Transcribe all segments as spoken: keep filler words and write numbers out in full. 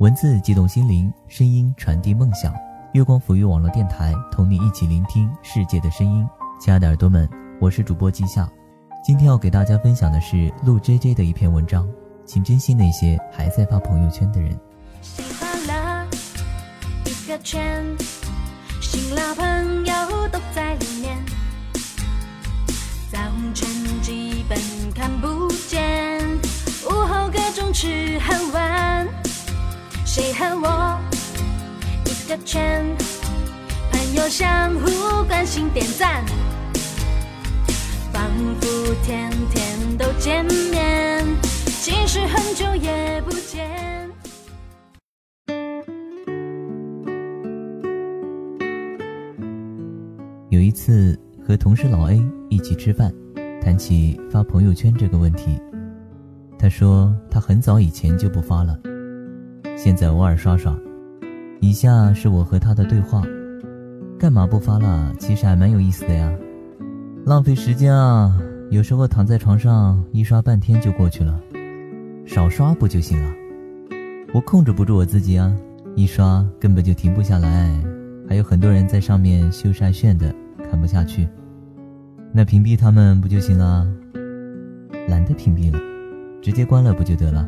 文字激动心灵，声音传递梦想。月光抚育网络电台，同你一起聆听世界的声音。亲爱的耳朵们，我是主播季夏。今天要给大家分享的是陆 J J 的一篇文章，请珍惜那些还在发朋友圈的人。 喜欢了一个圈，新老朋友都在里面，早晨基本看不见，午后各种吃喝玩，谁和我一个圈，朋友相互关心点赞，仿佛天天都见面，其实很久也不见。 有一次和同事老 A 一起吃饭，谈起发朋友圈这个问题，他说他很早以前就不发了，现在偶尔刷刷。以下是我和他的对话。干嘛不发了？其实还蛮有意思的呀。浪费时间啊，有时候躺在床上一刷半天就过去了，少刷不就行了？我控制不住我自己啊，一刷根本就停不下来，还有很多人在上面秀晒炫的，看不下去，那屏蔽他们不就行了？懒得屏蔽了，直接关了不就得了？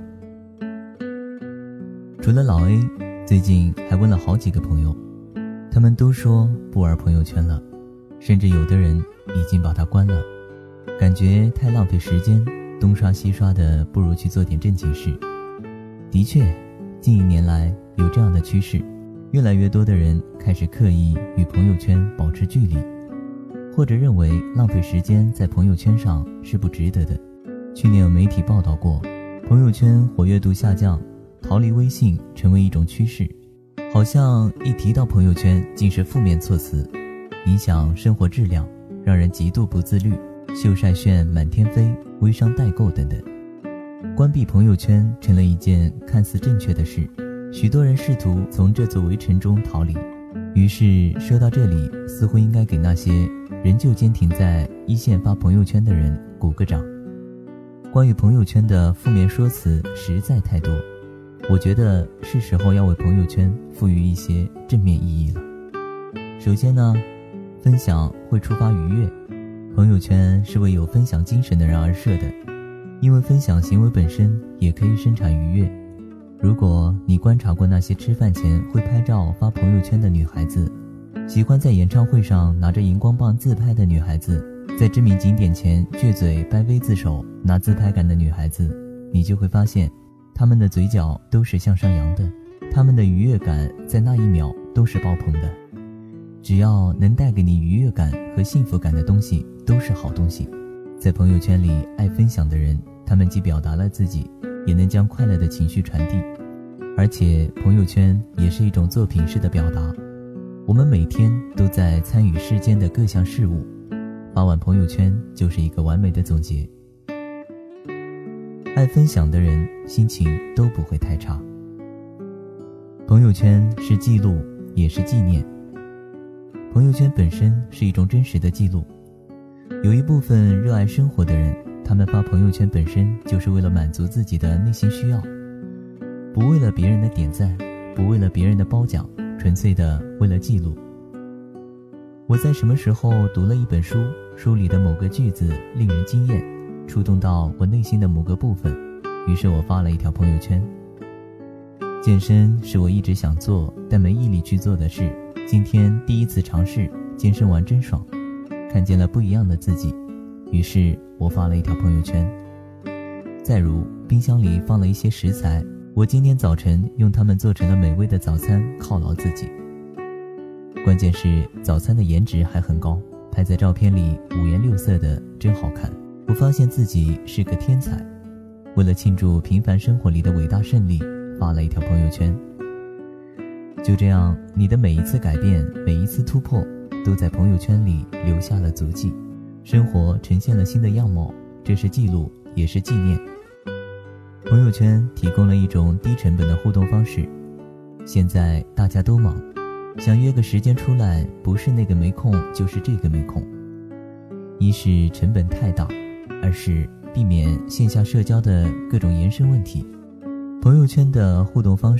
除了老 A， 最近还问了好几个朋友，他们都说不玩朋友圈了，甚至有的人已经把它关了，感觉太浪费时间，东刷西刷的，不如去做点正经事。的确，近一年来有这样的趋势，越来越多的人开始刻意与朋友圈保持距离，或者认为浪费时间在朋友圈上是不值得的。去年有媒体报道过，朋友圈活跃度下降，逃离微信成为一种趋势，好像一提到朋友圈尽是负面措辞，影响生活质量，让人极度不自律，秀晒炫满天飞，微商代购等等。关闭朋友圈成了一件看似正确的事，许多人试图从这座围城中逃离。于是说到这里，似乎应该给那些仍旧坚挺在一线发朋友圈的人鼓个掌。关于朋友圈的负面说辞实在太多，我觉得是时候要为朋友圈赋予一些正面意义了。首先呢，分享会触发愉悦，朋友圈是为有分享精神的人而设的，因为分享行为本身也可以生产愉悦。如果你观察过那些吃饭前会拍照发朋友圈的女孩子，喜欢在演唱会上拿着荧光棒自拍的女孩子，在知名景点前撅嘴掰 V 字手拿自拍杆的女孩子，你就会发现她们的嘴角都是向上扬的，她们的愉悦感在那一秒都是爆棚的。只要能带给你愉悦感和幸福感的东西都是好东西。在朋友圈里爱分享的人，他们既表达了自己，也能将快乐的情绪传递。而且朋友圈也是一种作品式的表达，我们每天都在参与世间的各项事物，发完朋友圈就是一个完美的总结。爱分享的人心情都不会太差。朋友圈是记录，也是纪念。朋友圈本身是一种真实的记录，有一部分热爱生活的人，他们发朋友圈本身就是为了满足自己的内心需要，不为了别人的点赞，不为了别人的褒奖，纯粹的为了记录。我在什么时候读了一本书，书里的某个句子令人惊艳，触动到我内心的某个部分，于是我发了一条朋友圈。健身是我一直想做但没毅力去做的事，今天第一次尝试，健身完真爽，看见了不一样的自己，于是我发了一条朋友圈。再如冰箱里放了一些食材，我今天早晨用它们做成了美味的早餐，犒劳自己。关键是早餐的颜值还很高，拍在照片里五颜六色的，真好看。我发现自己是个天才，为了庆祝平凡生活里的伟大胜利，发了一条朋友圈。就这样，你的每一次改变，每一次突破，都在朋友圈里留下了足迹，生活呈现了新的样貌，这是记录，也是纪念。朋友圈提供了一种低成本的互动方式，现在大家都忙，想约个时间出来，不是那个没空，就是这个没空。一是成本太大，二是避免线下社交的各种延伸问题。朋友圈的互动方式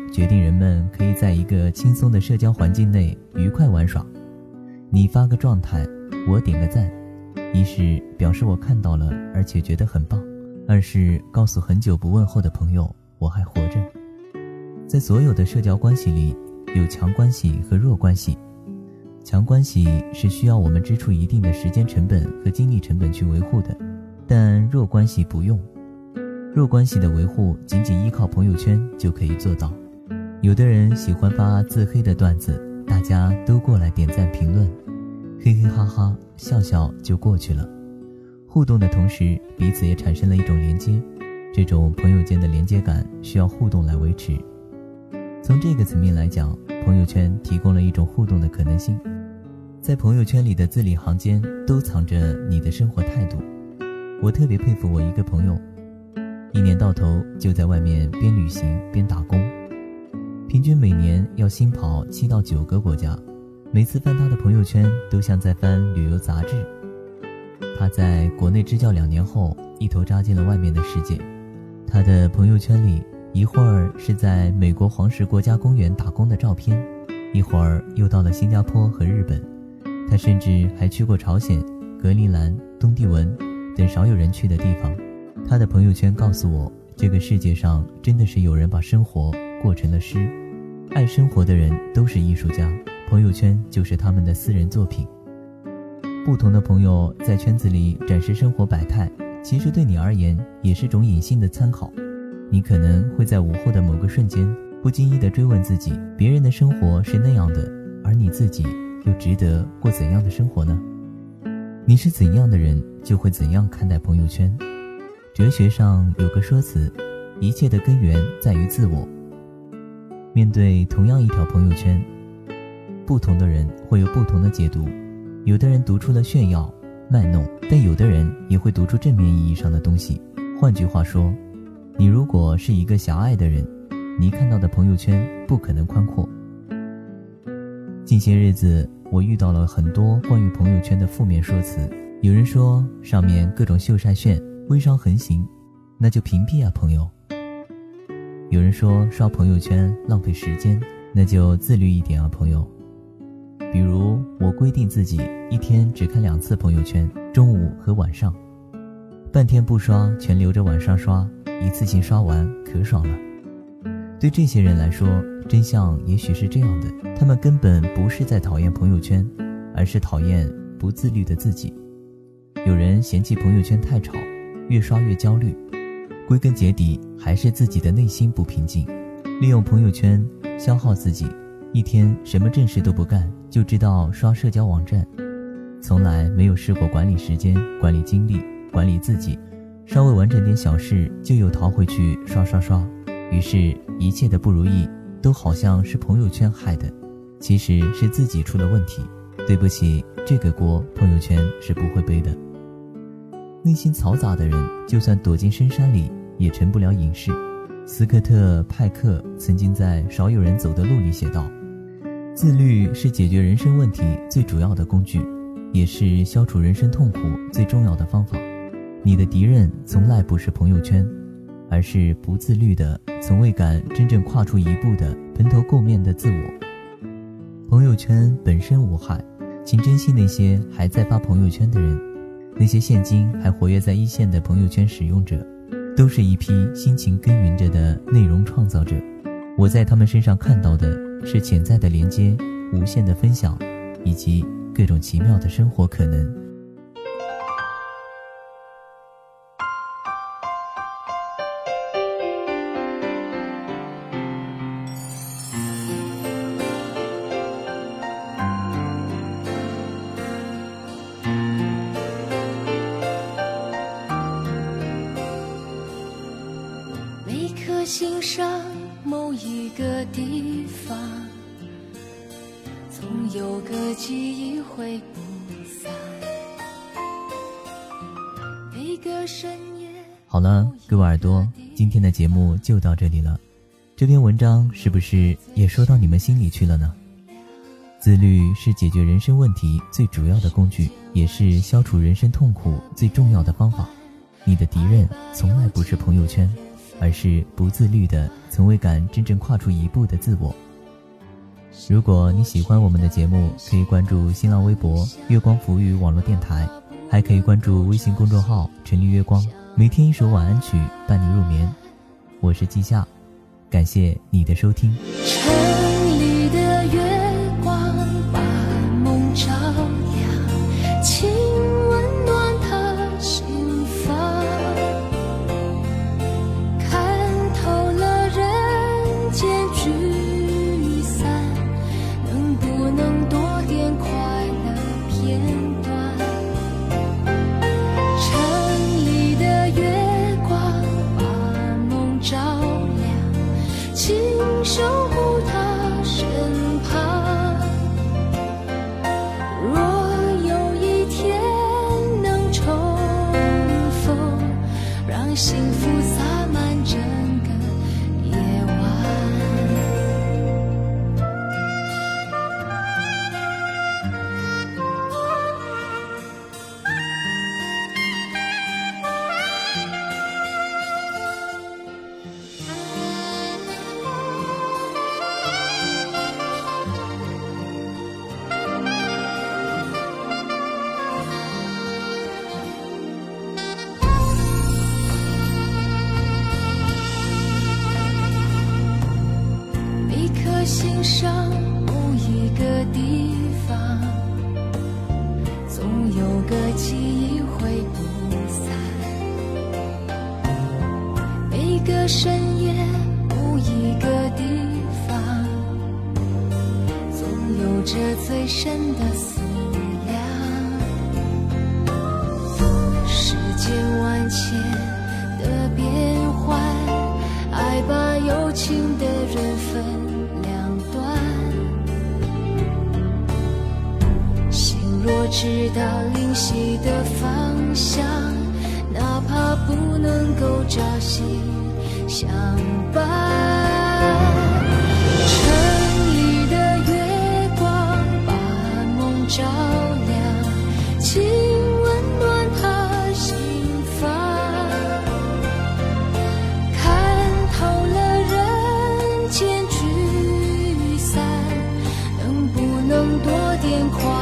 决定人们可以在一个轻松的社交环境内愉快玩耍。你发个状态，我点个赞，一是表示我看到了而且觉得很棒，二是告诉很久不问候的朋友我还活着。在所有的社交关系里，有强关系和弱关系。强关系是需要我们支出一定的时间成本和精力成本去维护的，但弱关系不用。弱关系的维护仅仅依靠朋友圈就可以做到。有的人喜欢发自黑的段子，大家都过来点赞评论，嘿嘿哈哈笑笑就过去了。互动的同时，彼此也产生了一种连接，这种朋友间的连接感需要互动来维持。从这个层面来讲，朋友圈提供了一种互动的可能性。在朋友圈里的字里行间都藏着你的生活态度。我特别佩服我一个朋友，一年到头就在外面边旅行边打工，平均每年要新跑七到九个国家，每次翻他的朋友圈都像在翻旅游杂志。他在国内支教两年后，一头扎进了外面的世界。他的朋友圈里，一会儿是在美国黄石国家公园打工的照片，一会儿又到了新加坡和日本。他甚至还去过朝鲜、格陵兰、东帝汶等少有人去的地方。他的朋友圈告诉我，这个世界上真的是有人把生活过成了诗。爱生活的人都是艺术家，朋友圈就是他们的私人作品。不同的朋友在圈子里展示生活百态，其实对你而言也是种隐性的参考。你可能会在午后的某个瞬间不经意地追问自己，别人的生活是那样的，而你自己又值得过怎样的生活呢？你是怎样的人，就会怎样看待朋友圈。哲学上有个说辞，一切的根源在于自我。面对同样一条朋友圈，不同的人会有不同的解读。有的人读出了炫耀、卖弄，但有的人也会读出正面意义上的东西。换句话说，你如果是一个狭隘的人，你看到的朋友圈不可能宽阔。近些日子，我遇到了很多关于朋友圈的负面说辞。有人说上面各种秀晒炫，微商横行，那就屏蔽啊朋友。有人说刷朋友圈浪费时间，那就自律一点啊朋友。比如我规定自己一天只看两次朋友圈，中午和晚上，半天不刷，全留着晚上刷，一次性刷完可爽了。对这些人来说，真相也许是这样的，他们根本不是在讨厌朋友圈，而是讨厌不自律的自己。有人嫌弃朋友圈太吵，越刷越焦虑，归根结底还是自己的内心不平静，利用朋友圈消耗自己，一天什么正事都不干，就知道刷社交网站，从来没有试过管理时间、管理精力、管理自己，稍微完成点小事就又逃回去刷刷刷。于是一切的不如意都好像是朋友圈害的，其实是自己出了问题。对不起，这个锅朋友圈是不会背的。内心嘈杂的人，就算躲进深山里也成不了隐士。斯科特·派克曾经在《少有人走的路》里写道，自律是解决人生问题最主要的工具，也是消除人生痛苦最重要的方法。你的敌人从来不是朋友圈，而是不自律的、从未敢真正跨出一步的蓬头垢面的自我。朋友圈本身无害，请珍惜那些还在发朋友圈的人，那些现今还活跃在一线的朋友圈使用者，都是一批辛勤耕耘着的内容创造者。我在他们身上看到的是潜在的连接、无限的分享，以及各种奇妙的生活可能。 心上某一个地方，总有个记忆会不散。每个深夜。 好了，各位耳朵，今天的节目就到这里了。这篇文章是不是也说到你们心里去了呢？自律是解决人生问题最主要的工具，也是消除人生痛苦最重要的方法。你的敌人从来不是朋友圈， 而是不自律的从未敢真正跨出一步的自我。如果你喜欢我们的节目，可以关注新浪微博月光浮语网络电台，还可以关注微信公众号沉溺月光，每天一首晚安曲伴你入眠。我是季夏，感谢你的收听。 城里的月光把梦照亮，请温暖他心房，看透了人间聚散，能不能多点快乐片段？城里的月光把梦照亮，请守护他身旁。若有一天能重逢，让幸福洒满整个夜晚。每颗心上某一个地方，总有个记忆会不散。每个深夜某一个地方，总有着最深的思量。世间万千的变幻，爱把有情的人分两端。心若知道灵犀的方向，哪怕不能够朝夕相伴。城里的月光把梦照亮，请温暖他心房，看透了人间聚散，能不能多点快